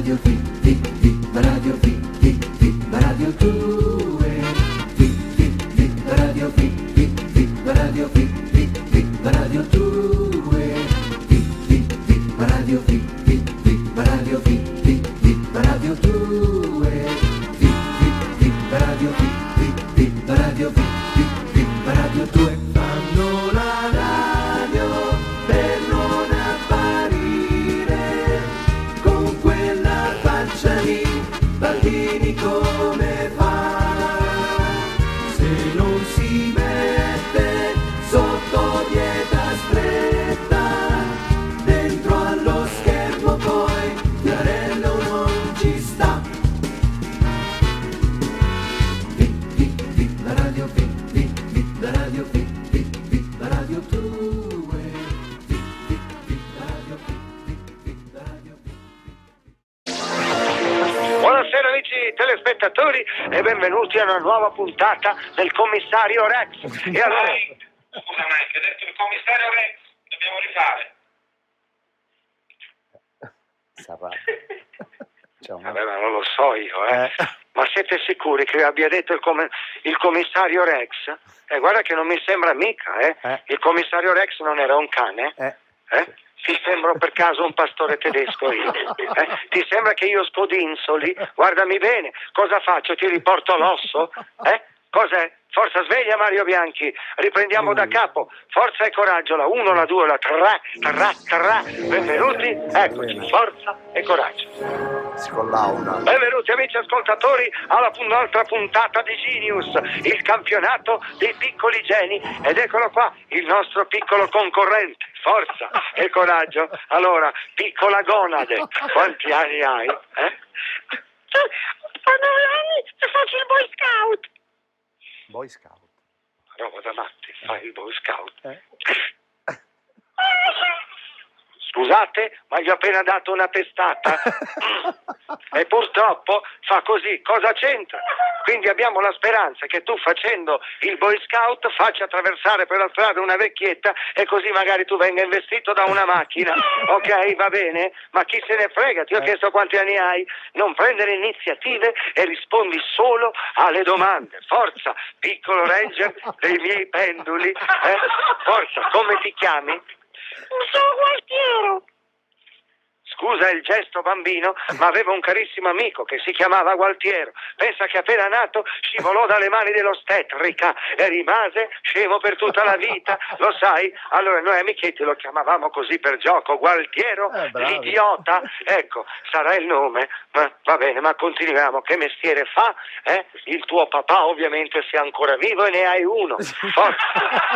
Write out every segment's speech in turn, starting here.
Radio Viva Radio Viva Radio 2. Viva Radio Viva Radio Viva Radio 2. Viva Radio Viva Radio Viva Radio 2. Viva Radio Viva Radio Viva Radio 2. Fanno la radio per non apparire con quella faccia lì. Baldini come fa? Se non si mette sotto dieta stretta, dentro allo schermo poi Fiorello non ci sta. Viva Radio Viva Radio Viva Radio 2. Viva Radio Viva Radio. Buonasera amici telespettatori e benvenuti a una nuova puntata del Commissario Rex. E allora... Scusa Mike, hai detto il commissario Rex, dobbiamo rifare. Vabbè, ma non lo so io, Ma siete sicuri che abbia detto il commissario Rex? Guarda che non mi sembra mica, Il commissario Rex non era un cane? Ti sembro per caso un pastore tedesco io? Ti sembra che io scodinzoli? Guardami bene, cosa faccio? Ti riporto l'osso? Cos'è? Forza, sveglia Mario Bianchi, riprendiamo da capo, forza e coraggio, la 1, la 2, la 3, benvenuti, eccoci, forza e coraggio. Si collauna. Benvenuti amici ascoltatori alla un'altra puntata di Genius, il campionato dei piccoli geni, ed eccolo qua, il nostro piccolo concorrente, forza e coraggio. Allora, piccola gonade, quanti anni hai? Ho 9 anni e faccio il Boy Scout. Boy Scout. Roba da matti, fai il Boy Scout. Scusate, ma gli ho appena dato una testata e purtroppo fa così. Cosa c'entra? Quindi abbiamo la speranza che tu facendo il Boy Scout faccia attraversare per la strada una vecchietta e così magari tu venga investito da una macchina. Ok, va bene? Ma chi se ne frega? Ti ho chiesto quanti anni hai. Non prendere iniziative e rispondi solo alle domande. Forza, piccolo ranger dei miei penduli. Forza, come ti chiami? Sono Gualtiero. Scusa il gesto bambino, ma avevo un carissimo amico che si chiamava Gualtiero. Pensa che appena nato scivolò dalle mani dell'ostetrica e rimase scemo per tutta la vita, lo sai? Allora noi amichetti lo chiamavamo così per gioco, Gualtiero, l'idiota. Ecco, sarà il nome. Ma va bene, ma continuiamo. Che mestiere fa? Il tuo papà ovviamente sia ancora vivo e ne hai uno. Forza.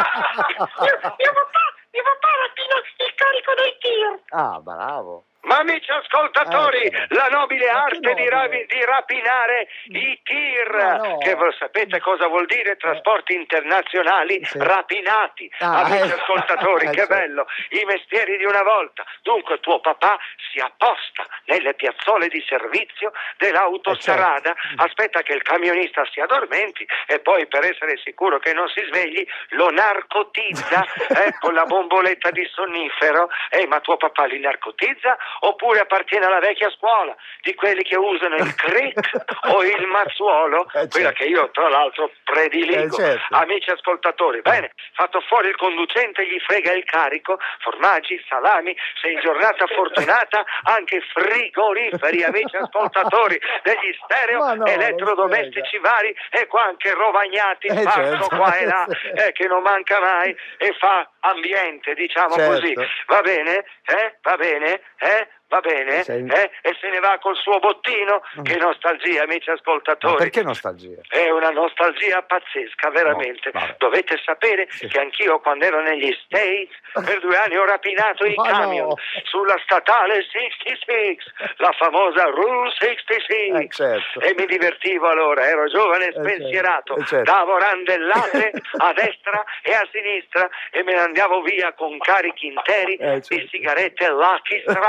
Mio papà rapina il carico dei tir. Ah, bravo. Ma amici ascoltatori, la nobile arte di rapinare i tir, che voi sapete cosa vuol dire? Trasporti internazionali rapinati. Amici ascoltatori, che bello, i mestieri di una volta. Dunque tuo papà si apposta nelle piazzole di servizio dell'autostrada, aspetta che il camionista si addormenti e poi, per essere sicuro che non si svegli, lo narcotizza con la bomboletta di sonnifero. Ma tuo papà li narcotizza oppure appartiene alla vecchia scuola di quelli che usano il crick o il mazzuolo, quella che io tra l'altro prediligo. Amici ascoltatori, bene, fatto fuori il conducente, gli frega il carico, formaggi, salami, se in giornata fortunata anche frigoriferi, amici ascoltatori, degli stereo elettrodomestici vari, e qua anche rovagnati sparso qua e là, che non manca mai e fa ambiente, diciamo così. Va bene? Va bene? Va bene? E se ne va col suo bottino? Che nostalgia, amici ascoltatori. Ma perché nostalgia? È una nostalgia pazzesca, veramente. Dovete sapere che anch'io, quando ero negli States, per 2 anni ho rapinato i camion sulla statale 66, la famosa Rule 66. E mi divertivo allora, ero giovane e spensierato, davo randellate a destra e a sinistra e me ne andavo via con carichi interi di sigarette Lucky Strike.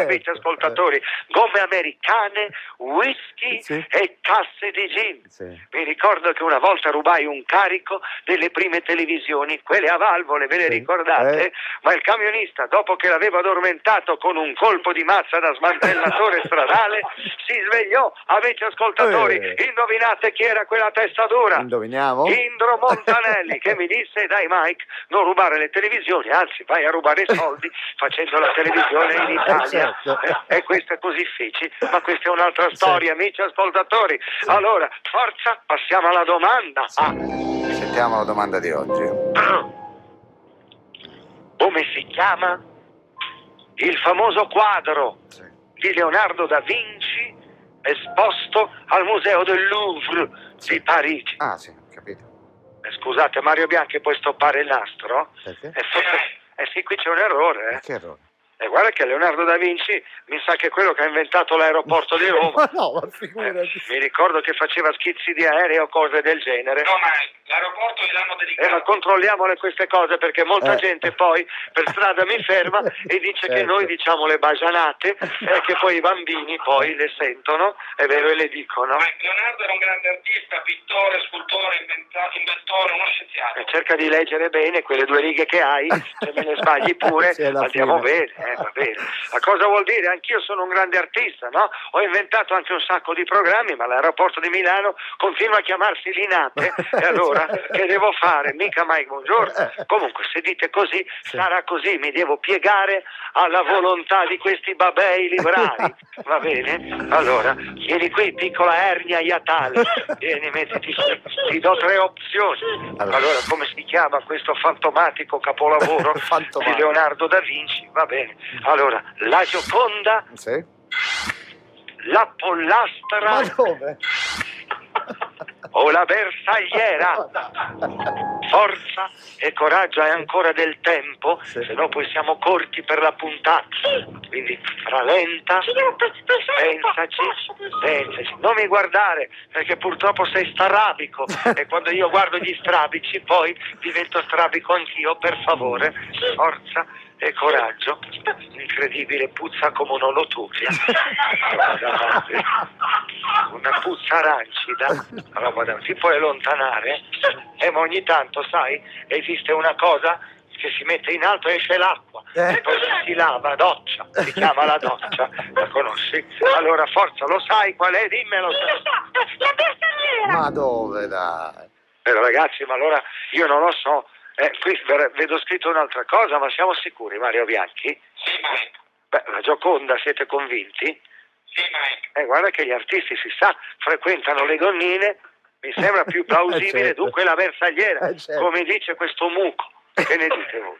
amici ascoltatori, gomme americane, whisky Sì. e casse di gin. Sì. Mi ricordo che una volta rubai un carico delle prime televisioni, quelle a valvole, ve le Sì. ricordate? Ma il camionista, dopo che l'avevo addormentato con un colpo di mazza da smantellatore stradale, si svegliò. Amici ascoltatori, indovinate chi era quella testa dura? Indoviniamo? Indro Montanelli, che mi disse: dai Mike, non rubare le televisioni, anzi vai a rubare soldi facendo la televisione in Italia. Certo. E questo è così difficile, ma questa è un'altra storia, amici ascoltatori. Allora, forza, passiamo alla domanda. Sentiamo la domanda di oggi. Come si chiama il famoso quadro Sì. di Leonardo da Vinci esposto al Museo del Louvre di Parigi? Ah, sì, ho capito. Scusate, Mario Bianchi, puoi stoppare il nastro? Perché? Sì, qui c'è un errore. Che errore? E guarda che Leonardo da Vinci mi sa che è quello che ha inventato l'aeroporto di Roma. Ma no, ma figurati. Mi ricordo che faceva schizzi di aereo o cose del genere. No, ma l'aeroporto gliel'hanno dedicato. Ma controlliamole queste cose, perché molta Eh. gente poi per strada mi ferma e dice che Certo. noi diciamo le bagianate e che poi i bambini poi le sentono, è vero, e le dicono. Ma Leonardo era un grande artista, pittore, scultore, inventore, uno scienziato. Cerca di leggere bene quelle due righe che hai, se me ne sbagli pure, Sì, alla andiamo fine. bene, va bene. Ma cosa vuol dire? Anch'io sono un grande artista, no? Ho inventato anche un sacco di programmi, ma l'aeroporto di Milano continua a chiamarsi Linate, e allora che devo fare? Mica mai buongiorno. Comunque, se dite così, sarà così, mi devo piegare alla volontà di questi babei librari, va bene? Allora, vieni qui, piccola ernia iatale, vieni, mettiti qui, ti do 3 opzioni. Allora, come si chiama questo fantomatico capolavoro Fantomatico. di Leonardo da Vinci? Va bene. Allora, la Gioconda, Sì? la pollastra Ma dove? o la bersagliera? Forza e coraggio, hai ancora del tempo, Sì. se no poi siamo corti per la puntata. Quindi rallenta, pensaci, non mi guardare perché purtroppo sei strabico e quando io guardo gli strabici poi divento strabico anch'io, per favore, forza e coraggio. Incredibile, puzza come un'oloturia. Una puzza arancida, ti puoi allontanare, ma ogni tanto, sai, esiste una cosa che si mette in alto e esce l'acqua, e poi si lava, doccia, si chiama la doccia, la conosci? Allora forza, lo sai qual è? Dimmelo. La bersagliera. Ma dove, dai? Però ragazzi, ma allora io non lo so, qui vedo scritto un'altra cosa, ma siamo sicuri, Mario Bianchi? Sì, Mike. Beh, la Gioconda, siete convinti? Sì, Mike. Guarda che gli artisti, si sa, frequentano le donnine, mi sembra più plausibile, Certo. dunque la bersagliera, Certo. come dice questo muco. Che ne dite voi?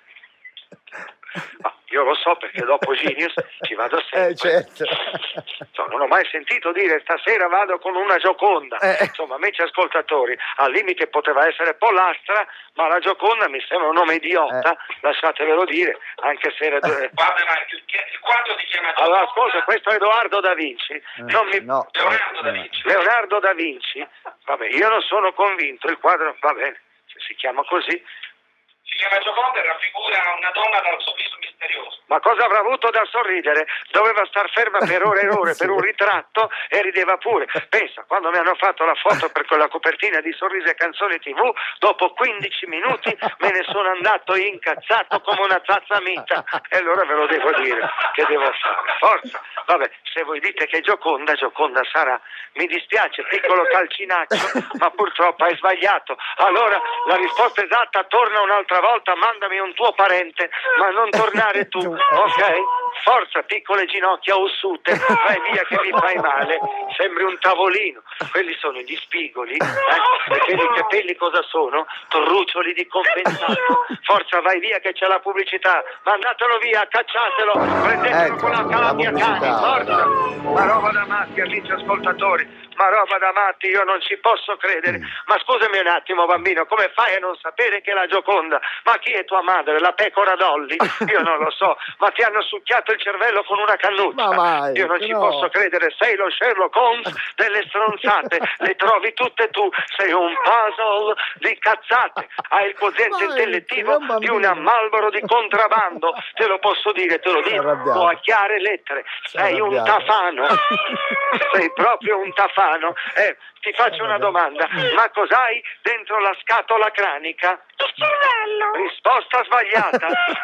Ma io lo so perché dopo Genius ci vado sempre. Certo. Non ho mai sentito dire stasera vado con una Gioconda. Eh. Insomma, amici ascoltatori, al limite poteva essere Pollastra, ma la Gioconda mi sembra un nome idiota, lasciatevelo dire, anche se era... Guarda, Mike, il quadro si chiama Allora, Gioconda. ascolta, questo è Edoardo da Vinci. Non mi... No. Leonardo da Vinci. Leonardo da Vinci? Vabbè, io non sono convinto, il quadro va bene, se si chiama così. Si chiama Gioconda e raffigura una donna dal sorriso misterioso. Ma cosa avrà avuto da sorridere? Doveva star ferma per ore e ore per un ritratto e rideva pure. Pensa, quando mi hanno fatto la foto per quella copertina di Sorrisi e Canzoni TV, dopo 15 minuti me ne sono andato incazzato come una zazzamita. E allora ve lo devo dire, che devo fare? Forza! Vabbè, se voi dite che è Gioconda, Gioconda sarà. Mi dispiace, piccolo calcinaccio, ma purtroppo hai sbagliato. Allora, la risposta esatta torna un'altra volta, mandami un tuo parente, ma non tornare tu, ok? Forza, piccole ginocchia ossute, vai via che mi fai male, sembri un tavolino. Quelli sono gli spigoli, perché i capelli cosa sono? Torruccioli di compensato. Forza, vai via che c'è la pubblicità, mandatelo via, cacciatelo, prendetelo Ecco, con la la calabbia pubblicità, cani, forza. dai. Ma roba da mafia, amici ascoltatori, ma roba da matti, io non ci posso credere. Ma scusami un attimo, bambino, come fai a non sapere che la Gioconda, ma chi è tua madre, la pecora Dolly? Io non lo so, ma ti hanno succhiato il cervello con una cannuccia. Ma mai, io non ci posso credere, sei lo Sherlock Holmes delle stronzate, le trovi tutte tu, sei un puzzle di cazzate, hai il quoziente intellettivo di una Marlboro di contrabbando, te lo posso dire, te lo dico, lo a chiare lettere, sei un tafano, sei proprio un tafano. Ti faccio una domanda, ma cos'hai dentro la scatola cranica? Il cervello. Risposta sbagliata.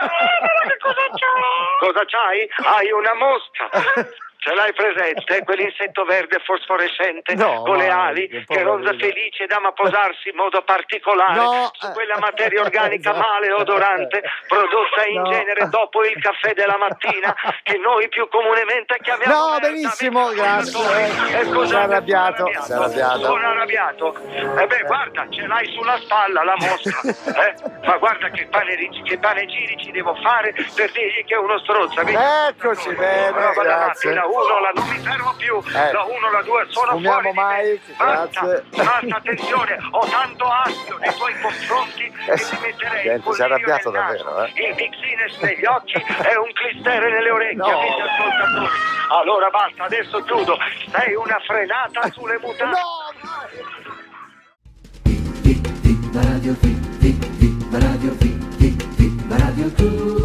Cosa c'hai? Hai una mosca. Ce l'hai presente? Quell'insetto verde fosforescente con le ali che ronza felice da posarsi in modo particolare su quella materia organica male odorante prodotta in genere dopo il caffè della mattina che noi più comunemente chiamiamo No, benissimo, grazie. Si è arrabbiato. Sono arrabbiato. Guarda, ce l'hai sulla spalla la mosca. Ma guarda che panegirici devo fare per dirgli che è uno stronzo. Eccoci, bene, grazie. La 1, non mi fermo più, la 1, la 2 sono Fumiamo fuori. Grazie. Basta, attenzione, ho tanto acido nei tuoi confronti che ti metterei il si è arrabbiato nel naso, davvero, il Bixines negli occhi e un clistere nelle orecchie, amici ascoltatori. Allora basta, adesso chiudo, sei una frenata sulle mutande. Radio, Radio 2.